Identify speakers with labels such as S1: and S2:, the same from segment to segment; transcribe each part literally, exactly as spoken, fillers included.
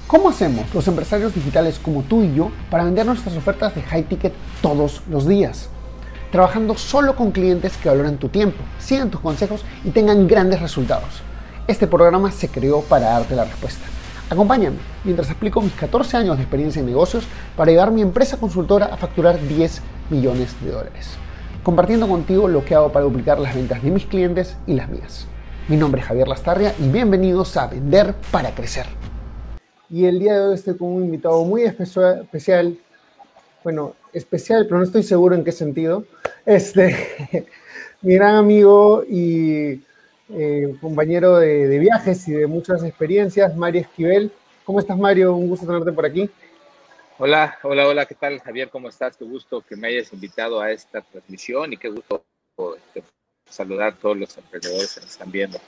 S1: ¿Cómo hacemos los empresarios digitales como tú y yo para vender nuestras ofertas de high ticket todos los días? Trabajando solo con clientes que valoran tu tiempo, sigan tus consejos y tengan grandes resultados. Este programa se creó para darte la respuesta. Acompáñame mientras explico mis catorce años de experiencia en negocios para llevar mi empresa consultora a facturar diez millones de dólares. Compartiendo contigo lo que hago para duplicar las ventas de mis clientes y las mías. Mi nombre es Javier Lastarria y bienvenidos a Vender para Crecer. Y el día de hoy estoy con un invitado muy especial, bueno, especial, pero no estoy seguro en qué sentido. Este, mi gran amigo y eh, compañero de, de viajes y de muchas experiencias, Mario Esquivel. ¿Cómo estás, Mario? Un gusto tenerte por aquí.
S2: Hola, hola, hola, ¿qué tal, Javier? ¿Cómo estás? Qué gusto que me hayas invitado a esta transmisión y qué gusto este, saludar a todos los emprendedores que nos están viendo.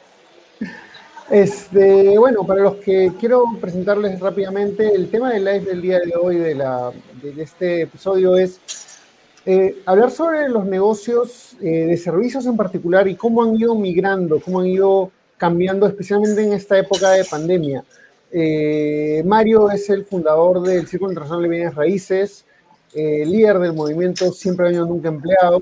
S1: Este, bueno, para los que quiero presentarles rápidamente, el tema del live del día de hoy, de, la, de, de este episodio, es eh, hablar sobre los negocios eh, de servicios en particular y cómo han ido migrando, cómo han ido cambiando, especialmente en esta época de pandemia. Eh, Mario es el fundador del Círculo Internacional de Bienes Raíces, eh, líder del movimiento Siempre Dueño Nunca Empleado,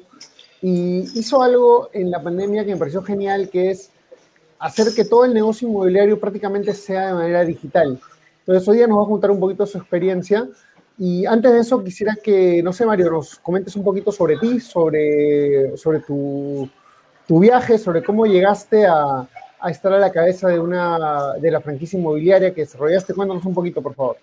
S1: y hizo algo en la pandemia que me pareció genial, que es hacer que todo el negocio inmobiliario prácticamente sea de manera digital. Entonces, hoy día nos va a contar un poquito su experiencia. Y antes de eso, quisiera que, no sé, Mario, nos comentes un poquito sobre ti, sobre, sobre tu, tu viaje, sobre cómo llegaste a, a estar a la cabeza de, una, de la franquicia inmobiliaria que desarrollaste. Cuéntanos un poquito, por favor.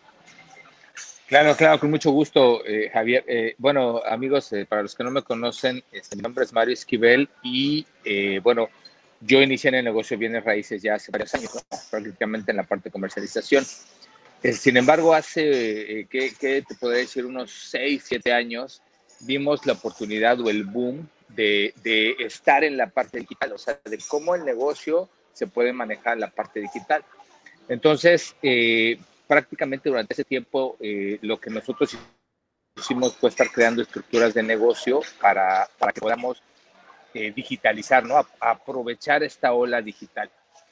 S2: Claro, claro, con mucho gusto, eh, Javier. Eh, bueno, amigos, eh, para los que no me conocen, este, mi nombre es Mario Esquivel y, eh, bueno, yo inicié en el negocio de bienes raíces ya hace varios años, ¿no? Prácticamente en la parte de comercialización. Eh, sin embargo, hace, eh, ¿qué, qué te podría decir? Unos seis, siete años, vimos la oportunidad o el boom de, de estar en la parte digital, o sea, de cómo el negocio se puede manejar la parte digital. Entonces, eh, prácticamente durante ese tiempo, eh, lo que nosotros hicimos fue estar creando estructuras de negocio para, para que podamos eh, digitalizar, ¿no? A, a aprovechar esta ola digital.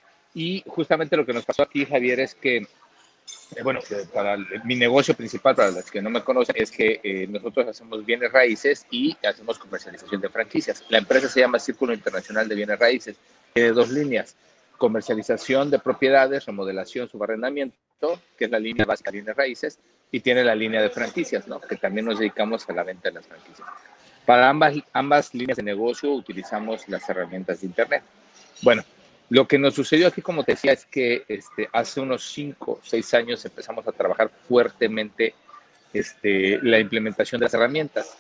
S2: Y justamente lo que nos pasó aquí, Javier, es que, eh, bueno, para el, mi negocio principal, para los que no me conocen, es que eh, nosotros hacemos bienes raíces y hacemos comercialización de franquicias. La empresa se llama Círculo Internacional de Bienes Raíces. Tiene dos líneas: comercialización de propiedades, remodelación, subarrendamiento, que es la línea básica de bienes raíces, y tiene la línea de franquicias, ¿no? Que también nos dedicamos a la venta de las franquicias. Para ambas, ambas líneas de negocio utilizamos las herramientas de Internet. Bueno, lo que nos sucedió aquí, como te decía, es que este, hace unos cinco o seis años empezamos a trabajar fuertemente este, la implementación de las herramientas.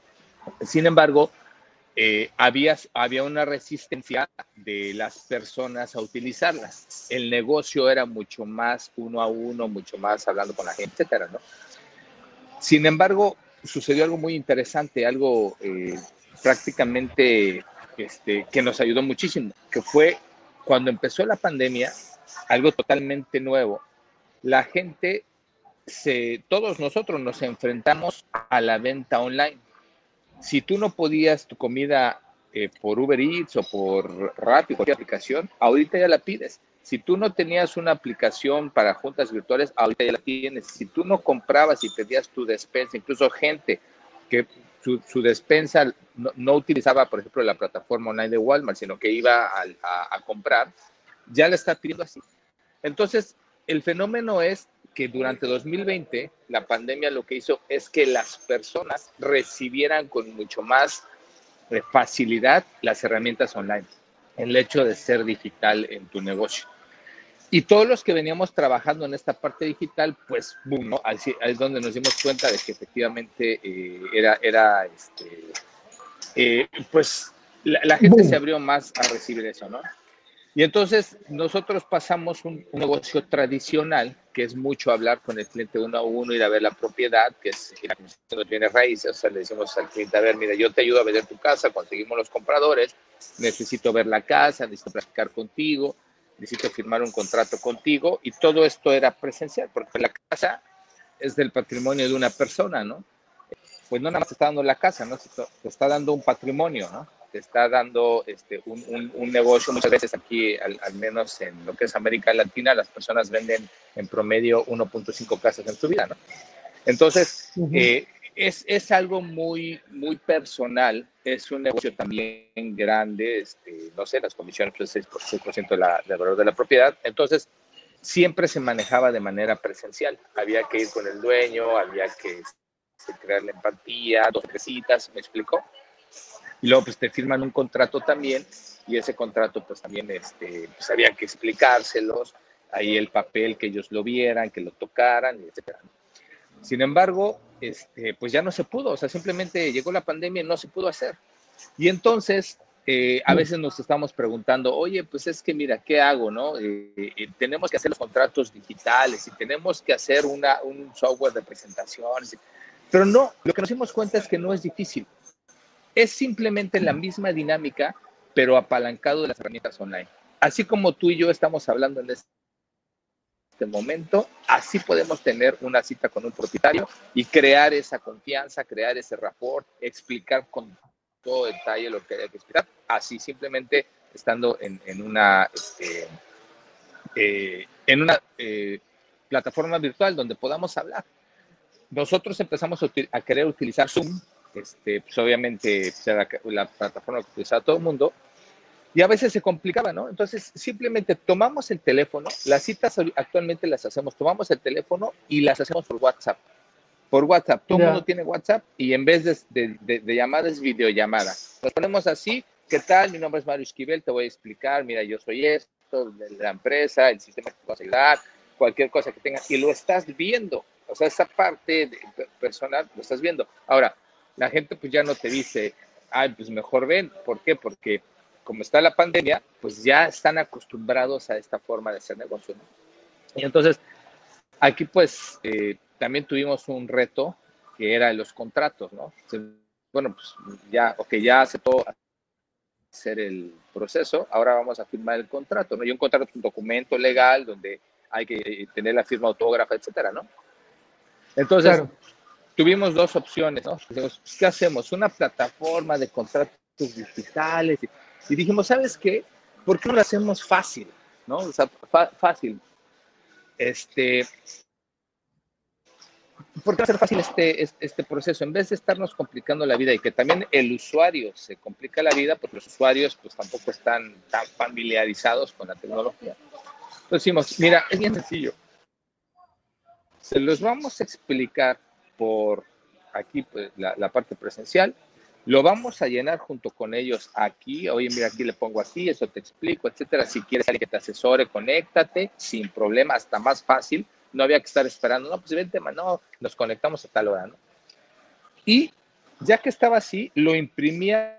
S2: Sin embargo, eh, había, había una resistencia de las personas a utilizarlas. El negocio era mucho más uno a uno, mucho más hablando con la gente, etcétera, ¿no? Sin embargo, sucedió algo muy interesante, algo eh, prácticamente este, que nos ayudó muchísimo, que fue cuando empezó la pandemia, algo totalmente nuevo. La gente, se, todos nosotros nos enfrentamos a la venta online. Si tú no podías tu comida eh, por Uber Eats o por Rappi, cualquier aplicación, ahorita ya la pides. Si tú no tenías una aplicación para juntas virtuales, ahorita ya la tienes. Si tú no comprabas y pedías tu despensa, incluso gente que su, su despensa no, no utilizaba, por ejemplo, la plataforma online de Walmart, sino que iba a, a, a comprar, ya la está pidiendo así. Entonces, el fenómeno es que durante dos mil veinte, la pandemia lo que hizo es que las personas recibieran con mucho más facilidad las herramientas online, el hecho de ser digital en tu negocio. Y todos los que veníamos trabajando en esta parte digital, pues, boom, ¿no? Así es donde nos dimos cuenta de que efectivamente eh, era, era este, eh, pues, la, la gente
S1: Boom.
S2: se abrió más a recibir eso, ¿no? Y entonces nosotros pasamos un, un negocio tradicional, que es mucho hablar con el cliente uno a uno, ir a ver la propiedad, que es ir a los bienes raíces. O sea, le decimos al cliente: a ver, mira, yo te ayudo a vender tu casa, conseguimos los compradores, necesito ver la casa, necesito platicar contigo, necesito firmar un contrato contigo, y todo esto era presencial, porque la casa es del patrimonio de una persona, ¿no? Pues no nada más te está dando la casa, ¿no? Te está dando un patrimonio, ¿no? te está dando este, un, un, un negocio. Muchas veces aquí, al, al menos en lo que es América Latina, las personas venden en promedio uno punto cinco casas en su vida, ¿no? Entonces, uh-huh. eh, es, es algo muy, muy personal, es un negocio también grande, este, no sé, las comisiones, pues seis por ciento del de valor de la propiedad. Entonces, siempre se manejaba de manera presencial. Había que ir con el dueño, había que crear la empatía, dos citas, ¿me explicó? Y luego pues te firman un contrato también, y ese contrato pues también este, pues, había que explicárselos, ahí el papel, que ellos lo vieran, que lo tocaran, etcétera. Sin embargo, este, pues ya no se pudo, o sea, simplemente llegó la pandemia y no se pudo hacer. Y entonces, eh, a veces nos estamos preguntando, oye, pues es que mira, ¿qué hago, no? Eh, eh, tenemos que hacer los contratos digitales y tenemos que hacer una, un software de presentaciones. Pero no, lo que nos dimos cuenta es que no es difícil. Es simplemente la misma dinámica, pero apalancado de las herramientas online. Así como tú y yo estamos hablando en este momento, así podemos tener una cita con un propietario y crear esa confianza, crear ese rapport, explicar con todo detalle lo que hay que explicar, así simplemente estando en, en una, este, eh, en una eh, plataforma virtual donde podamos hablar. Nosotros empezamos a, a querer utilizar Zoom, este, pues obviamente era la plataforma que utilizaba todo el mundo, y a veces se complicaba, ¿no? Entonces, simplemente tomamos el teléfono, las citas actualmente las hacemos, tomamos el teléfono y las hacemos por WhatsApp. Por WhatsApp, todo el yeah. mundo tiene WhatsApp, y en vez de, de, de, de llamada es videollamada. Nos ponemos así, ¿qué tal? Mi nombre es Mario Esquivel, te voy a explicar, mira, yo soy esto, de la empresa, el sistema que te vas a ayudar, cualquier cosa que tengas, y lo estás viendo. O sea, esa parte de, personal lo estás viendo. Ahora, la gente pues ya no te dice, ay, pues mejor ven. ¿Por qué? Porque como está la pandemia, pues ya están acostumbrados a esta forma de hacer negocio, ¿no? Y entonces, aquí pues eh, también tuvimos un reto que era los contratos, ¿no? Bueno, pues ya, ok, ya aceptó hacer el proceso, ahora vamos a firmar el contrato, ¿no? Y un contrato es un documento legal donde hay que tener la firma autógrafa, etcétera, ¿no? Entonces, claro. Tuvimos dos opciones, ¿no? Dijimos, ¿qué hacemos? Una plataforma de contratos digitales. Y, y dijimos, ¿sabes qué? ¿Por qué no lo hacemos fácil? ¿No? O sea, fácil. Este, ¿por qué hacer fácil este, este proceso? En vez de estarnos complicando la vida y que también el usuario se complica la vida, porque los usuarios pues tampoco están tan familiarizados con la tecnología. Entonces decimos, mira, es bien sencillo. Se los vamos a explicar por aquí, pues, la, la parte presencial. Lo vamos a llenar junto con ellos aquí. Oye, mira, aquí le pongo así, eso te explico, etcétera. Si quieres alguien que te asesore, conéctate, sin problema, hasta más fácil. No había que estar esperando, no, pues vente, no, nos conectamos a tal hora, ¿no? Y ya que estaba así, lo imprimíamos,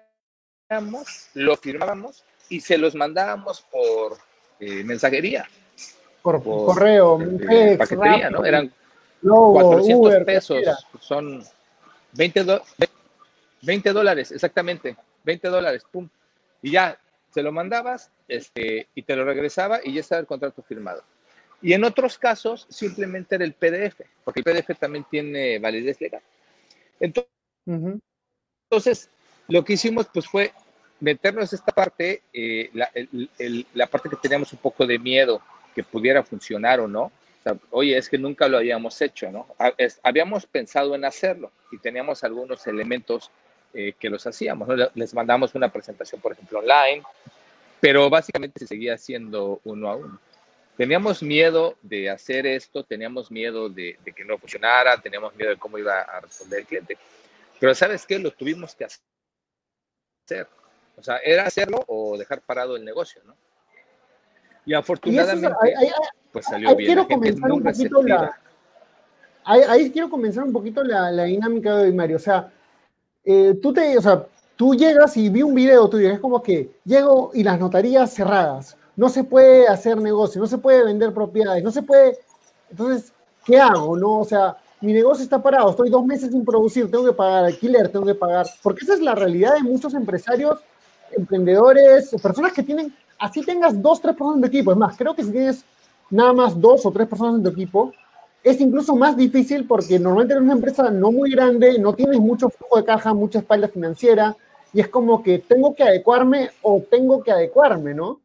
S2: lo firmábamos y se los mandábamos por eh, mensajería.
S1: Por, por correo,
S2: eh, eh, paquetería, ¿no? Eran Logo, cuatrocientos Uber, pesos, son veinte, do, veinte dólares, exactamente, veinte dólares, pum. Y ya, se lo mandabas este, y te lo regresaba y ya estaba el contrato firmado. Y en otros casos, simplemente era el P D F, porque el P D F también tiene validez legal. Entonces, uh-huh. entonces lo que hicimos pues fue meternos esta parte, eh, la, el, el, la parte que teníamos un poco de miedo que pudiera funcionar o no. O sea, oye, es que nunca lo habíamos hecho, ¿no? Habíamos pensado en hacerlo y teníamos algunos elementos eh, que los hacíamos, ¿no? Les mandamos una presentación, por ejemplo, online, pero básicamente se seguía haciendo uno a uno. Teníamos miedo de hacer esto, teníamos miedo de, de que no funcionara, teníamos miedo de cómo iba a responder el cliente. Pero ¿sabes qué? Lo tuvimos que hacer. O sea, era hacerlo o dejar parado el negocio, ¿no? Y afortunadamente, y eso, ahí, ahí, pues salió
S1: ahí
S2: bien.
S1: Quiero comenzar un poquito la, ahí, ahí quiero comenzar un poquito la, la dinámica de hoy, Mario. O sea, eh, tú te, o sea, tú llegas y vi un video tuyo, es como que llego y las notarías cerradas. No se puede hacer negocio, no se puede vender propiedades, no se puede. Entonces, ¿qué hago? ¿No? O sea, mi negocio está parado, estoy dos meses sin producir, tengo que pagar alquiler, tengo que pagar. Porque esa es la realidad de muchos empresarios, emprendedores, personas que tienen, así tengas dos, tres personas en tu equipo. Es más, creo que si tienes nada más dos o tres personas en tu equipo, es incluso más difícil porque normalmente eres una empresa no muy grande, no tienes mucho flujo de caja, mucha espalda financiera. y es como que tengo que adecuarme o tengo que adecuarme, ¿no?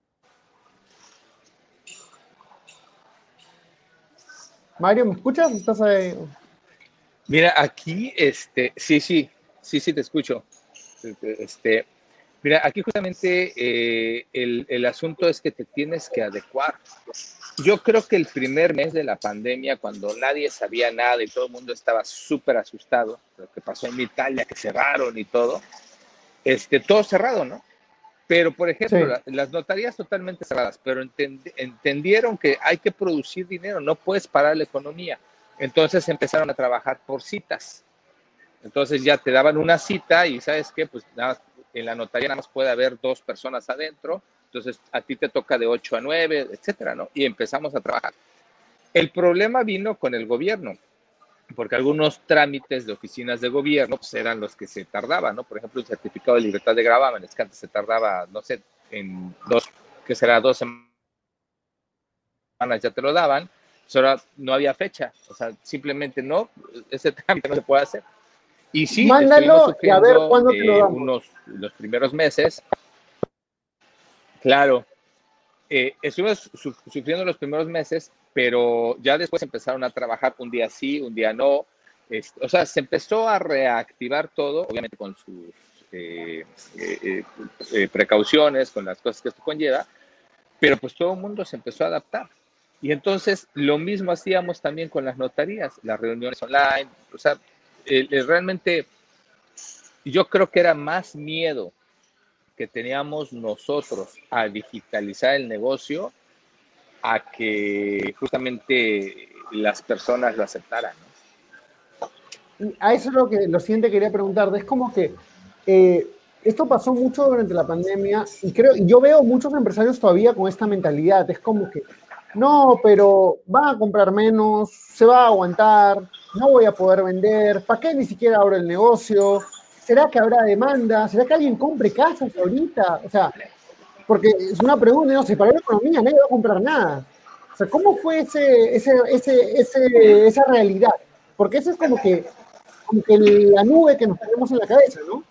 S1: Mario, ¿me escuchas? ¿Estás ahí?
S2: Mira, aquí, este, sí, sí, sí, sí, te escucho. Este, mira, aquí justamente eh, el, el asunto es que te tienes que adecuar. Yo creo que el primer mes de la pandemia, cuando nadie sabía nada y todo el mundo estaba súper asustado, lo que pasó en Italia, que cerraron y todo, este, todo cerrado, ¿no? Pero, por ejemplo,
S1: Sí.
S2: la, las notarías totalmente cerradas, pero entend, entendieron que hay que producir dinero, no puedes parar la economía. Entonces empezaron a trabajar por citas. Entonces ya te daban una cita y ¿sabes qué? Pues nada, en la notaría nada más puede haber dos personas adentro, entonces a ti te toca de ocho a nueve, etcétera, ¿no? Y empezamos a trabajar. El problema vino con el gobierno, porque algunos trámites de oficinas de gobierno pues, eran los que se tardaban, ¿no? Por ejemplo, el certificado de libertad de gravámenes, que antes se tardaba, no sé, en dos, que será dos semanas ya te lo daban, pues ahora no había fecha, o sea, simplemente no, ese trámite no se puede hacer. Y sí, estuvimos
S1: Mándalo y a ver
S2: sufriendo
S1: cuándo te lo
S2: eh,
S1: damos.
S2: unos, los primeros meses, claro, eh, estuvimos su sufriendo los primeros meses, pero ya después empezaron a trabajar un día sí, un día no, es, o sea, se empezó a reactivar todo, obviamente con sus eh, eh, eh, precauciones, con las cosas que esto conlleva, pero pues todo el mundo se empezó a adaptar. Y entonces lo mismo hacíamos también con las notarías, las reuniones online, o sea, eh, eh, realmente yo creo que era más miedo que teníamos nosotros a digitalizar el negocio a que justamente las personas lo aceptaran, ¿no?
S1: Y a eso es lo que lo siguiente quería preguntarte. Es como que eh, esto pasó mucho durante la pandemia y creo, y yo veo muchos empresarios todavía con esta mentalidad. Es como que, no, pero van a comprar menos, se va a aguantar, no voy a poder vender, ¿para qué ni siquiera abro el negocio? ¿Será que habrá demanda? ¿Será que alguien compre casas ahorita? O sea, porque es una pregunta, no sé, para la economía nadie va a comprar nada. O sea, ¿cómo fue ese, ese, ese, ese, esa realidad? Porque eso es como que como que la nube que nos tenemos en la cabeza, ¿no?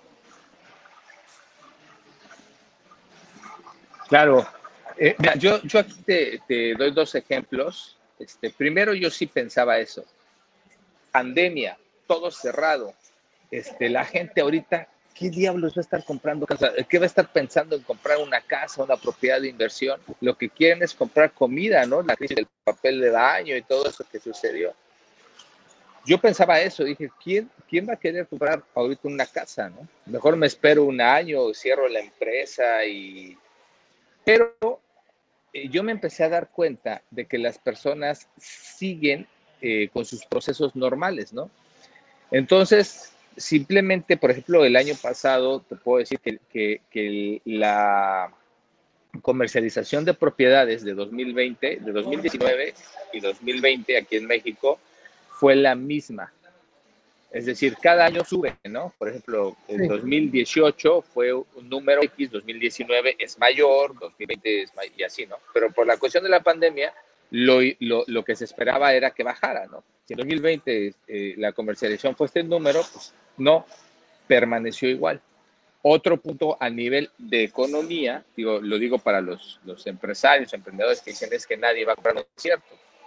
S2: Claro, eh, mira, yo, yo aquí te, te doy dos ejemplos. Este, primero, yo sí pensaba eso. Pandemia, todo cerrado. Este, la gente ahorita, ¿qué diablos va a estar comprando casa? ¿Qué va a estar pensando en comprar una casa, una propiedad de inversión? Lo que quieren es comprar comida, ¿no? La crisis del papel de baño y todo eso que sucedió. Yo pensaba eso, dije, ¿quién, quién va a querer comprar ahorita una casa, no? Mejor me espero un año, cierro la empresa y... Pero eh, yo me empecé a dar cuenta de que las personas siguen eh, con sus procesos normales, ¿no? Entonces, simplemente, por ejemplo, el año pasado, te puedo decir que, que, que la comercialización de propiedades de dos mil veinte, de dos mil diecinueve y dos mil veinte aquí en México fue la misma. Es decir, cada año sube, ¿no? Por ejemplo, el
S1: Sí.
S2: dos mil dieciocho fue un número X, dos mil diecinueve es mayor, dos mil veinte es mayor, y así, ¿no? Pero por la cuestión de la pandemia, lo, lo, lo que se esperaba era que bajara, ¿no? Si en dos mil veinte eh, la comercialización fue este número, pues no, permaneció igual. Otro punto a nivel de economía, digo, lo digo para los, los empresarios, emprendedores que dicen es que nadie va a comprar, no es cierto.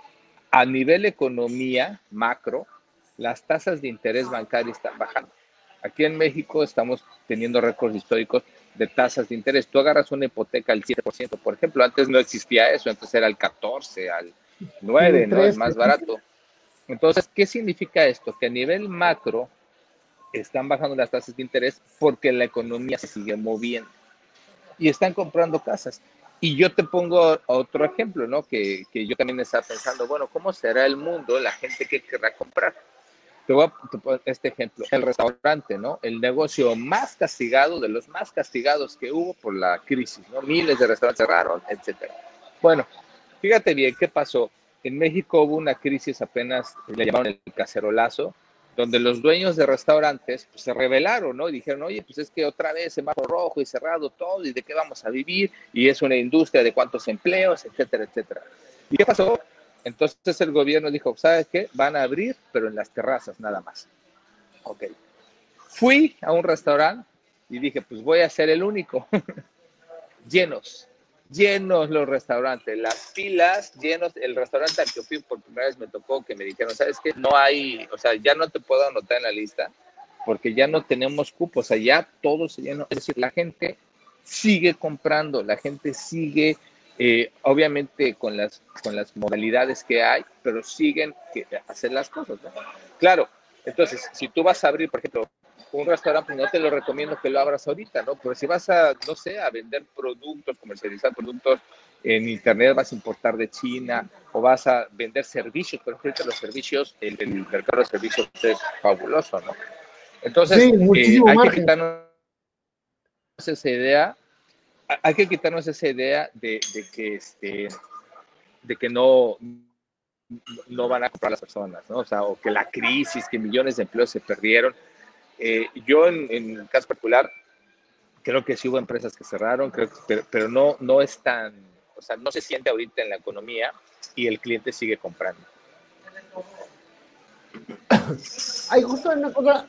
S2: A nivel economía macro, las tasas de interés bancario están bajando. Aquí en México estamos teniendo récords históricos de tasas de interés. Tú agarras una hipoteca al siete por ciento, por ejemplo, antes no existía eso, antes era al catorce, al
S1: Sí,
S2: nueve, ¿no? El
S1: tres.
S2: más barato. Entonces, ¿qué significa esto? Que a nivel macro están bajando las tasas de interés porque la economía se sigue moviendo y están comprando casas. Y yo te pongo otro ejemplo, ¿no? Que, que yo también estaba pensando, bueno, ¿cómo será el mundo, la gente que querrá comprar? Te voy a poner este ejemplo, el restaurante, ¿no? El negocio más castigado, de los más castigados que hubo por la crisis, ¿no? Miles de restaurantes cerraron, etcétera. Bueno, fíjate bien, ¿qué pasó? En México hubo una crisis apenas, le llamaron el cacerolazo, donde los dueños de restaurantes pues, se rebelaron, ¿no? Y dijeron, oye, pues es que otra vez semáforo rojo y cerrado todo, ¿y de qué vamos a vivir? Y es una industria de cuántos empleos, etcétera, etcétera. ¿Y qué pasó? Entonces el gobierno dijo, ¿sabes qué? Van a abrir, pero en las terrazas nada más. Ok. Fui a un restaurante y dije, pues voy a ser el único. Llenos, llenos los restaurantes, las filas, llenos. El restaurante al que fui por primera vez me tocó que me dijeron, ¿sabes qué? No hay, o sea, ya no te puedo anotar en la lista porque ya no tenemos cupos, o sea, ya todo se llenó. Es decir, la gente sigue comprando, la gente sigue, eh, obviamente con las, con las modalidades que hay, pero siguen que hacer las cosas, ¿no? Claro, entonces, si tú vas a abrir, por ejemplo, un restaurante, no te lo recomiendo que lo abras ahorita, ¿no? Pero si vas a, no sé, a vender productos, comercializar productos en internet, vas a importar de China o vas a vender servicios, pero ahorita los servicios, el, el mercado de servicios es fabuloso, ¿no? Entonces,
S1: Sí,
S2: eh,
S1: muchísimo
S2: hay que
S1: margen.
S2: quitarnos esa idea, hay que quitarnos esa idea de, de que, este, de que no, no van a comprar las personas, ¿no? O sea, o que la crisis, que millones de empleos se perdieron. Eh, yo, en, en el caso particular, creo que sí hubo empresas que cerraron, creo que, pero, pero no, no es tan, o sea, no se siente ahorita en la economía y el cliente sigue comprando.
S1: Hay justo una cosa,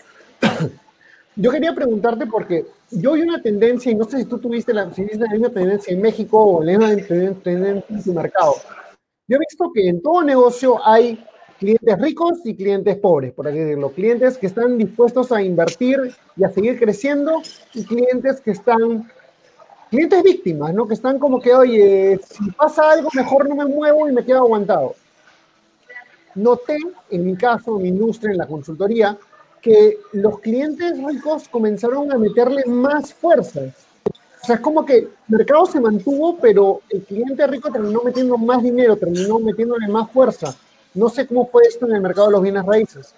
S1: yo quería preguntarte porque yo vi una tendencia, y no sé si tú tuviste la, si viste la misma tendencia en México o la misma tendencia en tu mercado. Yo he visto que en todo negocio hay clientes ricos y clientes pobres, por así decirlo. Clientes que están dispuestos a invertir y a seguir creciendo y clientes que están, clientes víctimas, ¿no? Que están como que, oye, si pasa algo, mejor no me muevo y me quedo aguantado. Noté, en mi caso, en mi industria, en la consultoría, que los clientes ricos comenzaron a meterle más fuerza. O sea, es como que el mercado se mantuvo, pero el cliente rico terminó metiendo más dinero, terminó metiéndole más fuerza. No sé cómo fue esto en el mercado de los bienes raíces.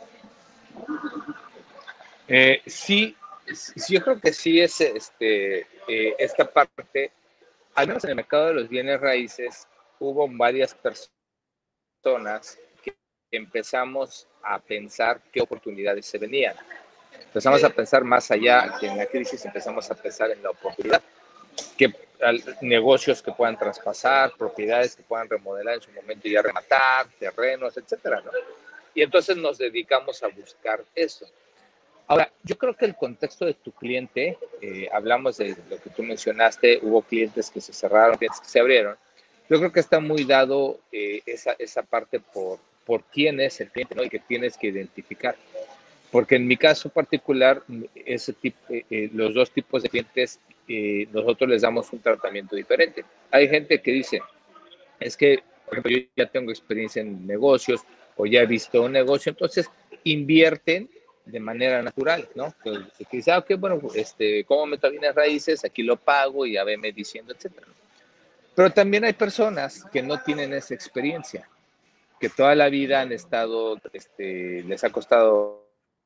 S2: Eh, sí, sí, yo creo que sí es este, eh, esta parte, al menos en el mercado de los bienes raíces, hubo varias personas que empezamos a pensar qué oportunidades se venían. Empezamos a pensar más allá que en la crisis, empezamos a pensar en la oportunidad, que negocios que puedan traspasar, propiedades que puedan remodelar en su momento y ya rematar, terrenos, etcétera, ¿no? Y entonces nos dedicamos a buscar eso. Ahora, yo creo que el contexto de tu cliente, eh, hablamos de lo que tú mencionaste, hubo clientes que se cerraron, clientes que se abrieron. Yo creo que está muy dado eh, esa, esa parte por, por quién es el cliente, ¿no? Y que tienes que identificar. Porque en mi caso particular, ese tipo, eh, los dos tipos de clientes, eh, nosotros les damos un tratamiento diferente. Hay gente que dice, es que, por ejemplo, yo ya tengo experiencia en negocios o ya he visto un negocio, entonces invierten de manera natural, ¿no? Entonces, que dice, ah, ok, bueno, este, ¿cómo meto bienes raíces? Aquí lo pago y ya veme diciendo, etcétera. Pero también hay personas que no tienen esa experiencia, que toda la vida han estado, este, les ha costado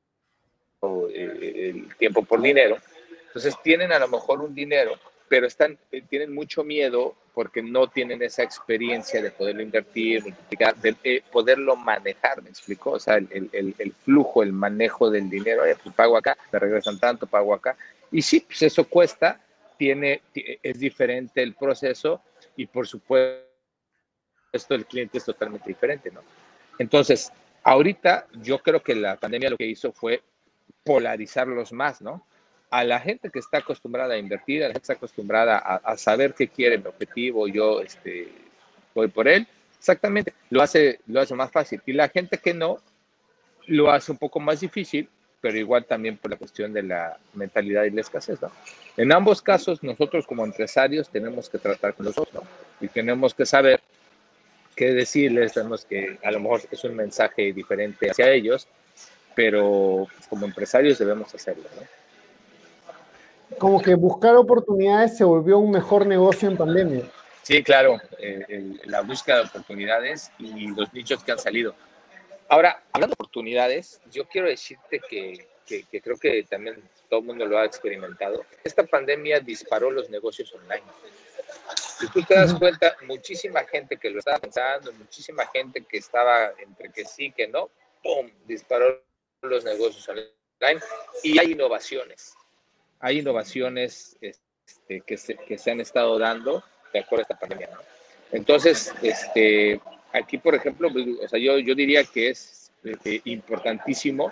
S2: el tiempo por dinero. Entonces tienen a lo mejor un dinero, pero están, tienen mucho miedo porque no tienen esa experiencia de poderlo invertir, multiplicar, de, de poderlo manejar, ¿me explico? O sea, el, el, el flujo, el manejo del dinero, oye, pues pago acá, me regresan tanto, pago acá. Y sí, pues eso cuesta, tiene, es diferente el proceso y por supuesto el cliente es totalmente diferente, ¿no? Entonces, ahorita yo creo que la pandemia lo que hizo fue polarizarlos más, ¿no? A la gente que está acostumbrada a invertir, a la gente que está acostumbrada a, a saber qué quiere mi objetivo, yo este, voy por él, exactamente, lo hace, lo hace más fácil. Y la gente que no, lo hace un poco más difícil, pero igual también por la cuestión de la mentalidad y la escasez, ¿no? En ambos casos, nosotros como empresarios tenemos que tratar con los otros, ¿no? Y tenemos que saber qué decirles, tenemos que, a lo mejor es un mensaje diferente hacia ellos, pero como empresarios debemos hacerlo, ¿no?
S1: Como que buscar oportunidades se volvió un mejor negocio en pandemia.
S2: Sí, claro, eh, el, la búsqueda de oportunidades y los nichos que han salido. Ahora, hablando de oportunidades, yo quiero decirte que, que, que creo que también todo el mundo lo ha experimentado. Esta pandemia disparó los negocios online. Si tú te das cuenta, muchísima gente que lo estaba pensando, muchísima gente que estaba entre que sí, que no, ¡pum!, disparó los negocios online y hay innovaciones. Hay innovaciones este, que, se, que se han estado dando de acuerdo a esta pandemia, ¿no? Entonces, este, aquí, por ejemplo, o sea, yo, yo diría que es eh, importantísimo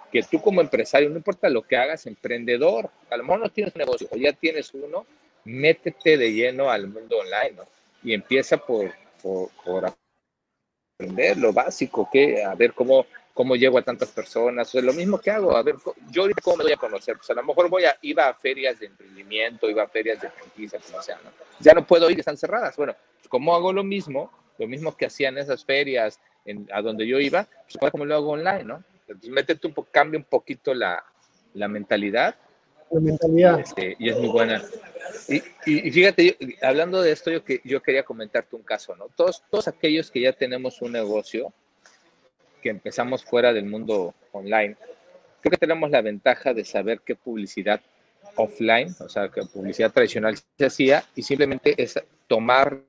S2: que tú como empresario, no importa lo que hagas, emprendedor, a lo mejor no tienes un negocio o ya tienes uno, métete de lleno al mundo online, ¿no? Y empieza por, por, por aprender lo básico, que a ver cómo, cómo llego a tantas personas, o sea, lo mismo que hago, a ver, yo ahorita cómo me doy a conocer, pues a lo mejor voy a, iba a ferias de emprendimiento, iba a ferias de franquicia, como sea, ¿no? Ya no puedo ir, están cerradas, bueno, pues ¿cómo hago lo mismo? Lo mismo que hacían esas ferias en, a donde yo iba, pues como lo hago online, ¿no? Entonces, métete un poco, cambia un poquito la, la mentalidad.
S1: La mentalidad.
S2: Y, este, y es muy buena. Y, y, y fíjate, yo, hablando de esto, yo, que, yo quería comentarte un caso, ¿no? Todos, todos aquellos que ya tenemos un negocio, que empezamos fuera del mundo online, creo que tenemos la ventaja de saber qué publicidad offline, o sea, qué publicidad tradicional se hacía, y simplemente es tomarla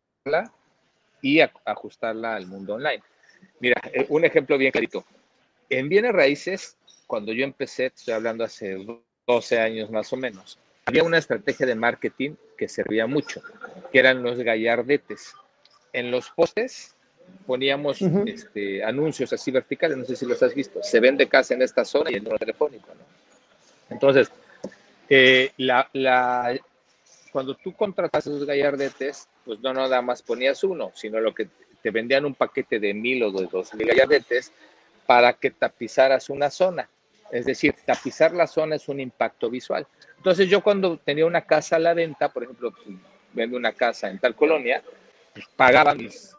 S2: y a, ajustarla al mundo online. Mira, un ejemplo bien clarito. En bienes raíces, cuando yo empecé, estoy hablando hace doce años más o menos, había una estrategia de marketing que servía mucho, que eran los gallardetes. En los postes poníamos uh-huh. este, anuncios así verticales, no sé si los has visto, se vende casa en esta zona y el número telefónico, ¿no? Entonces, eh, la, la, cuando tú contratas esos gallardetes, pues no nada más ponías uno, sino lo que te vendían un paquete de mil o de dos mil gallardetes para que tapizaras una zona. Es decir, tapizar la zona es un impacto visual. Entonces yo cuando tenía una casa a la venta, por ejemplo, vendo una casa en tal colonia, pues pagaba mis,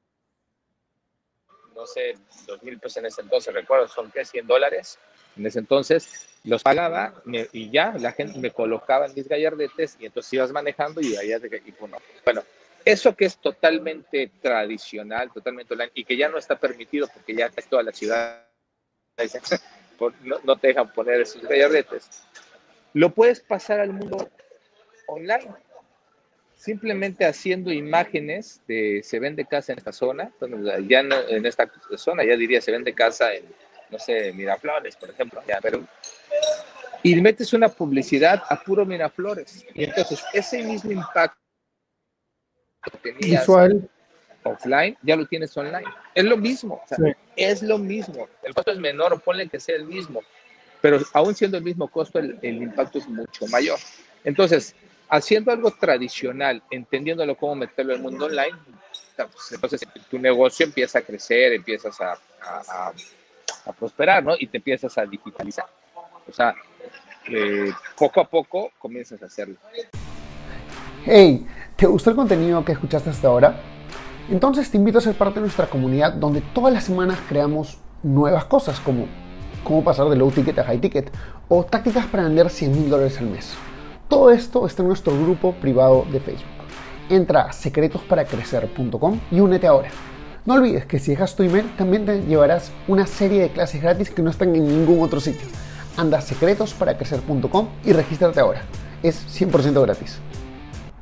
S2: no sé, dos mil pesos en ese entonces, recuerdo, son ¿qué? cien dólares. En ese entonces los pagaba me, y ya la gente me colocaba en mis gallardetes y entonces ibas manejando y allá de y bueno, bueno, eso que es totalmente tradicional, totalmente online y que ya no está permitido porque ya es toda la ciudad no, no te dejan poner esos gallardetes, lo puedes pasar al mundo online. Simplemente haciendo imágenes de se vende casa en esta zona, ya no, en esta zona ya diría se vende casa en, no sé, Miraflores, por ejemplo, ya, pero, y metes una publicidad a puro Miraflores, y entonces ese mismo impacto que tenías
S1: visual
S2: offline, ya lo tienes online. Es lo mismo, o sea, sí. es lo mismo. El costo es menor, o ponle que sea el mismo, pero aún siendo el mismo costo, el, el impacto es mucho mayor. Entonces, haciendo algo tradicional, entendiéndolo cómo meterlo en el mundo online, entonces tu negocio empieza a crecer, empiezas a, a, a, a prosperar, ¿no? Y te empiezas a digitalizar. O sea, eh, poco a poco comienzas a hacerlo.
S1: Hey, ¿te gustó el contenido que escuchaste hasta ahora? Entonces te invito a ser parte de nuestra comunidad donde todas las semanas creamos nuevas cosas como cómo pasar de low ticket a high ticket o tácticas para vender cien mil dólares al mes. Todo esto está en nuestro grupo privado de Facebook. Entra a secretos para crecer punto com y únete ahora. No olvides que si dejas tu email también te llevarás una serie de clases gratis que no están en ningún otro sitio. Anda a secretos para crecer punto com y regístrate ahora. Es cien por ciento gratis.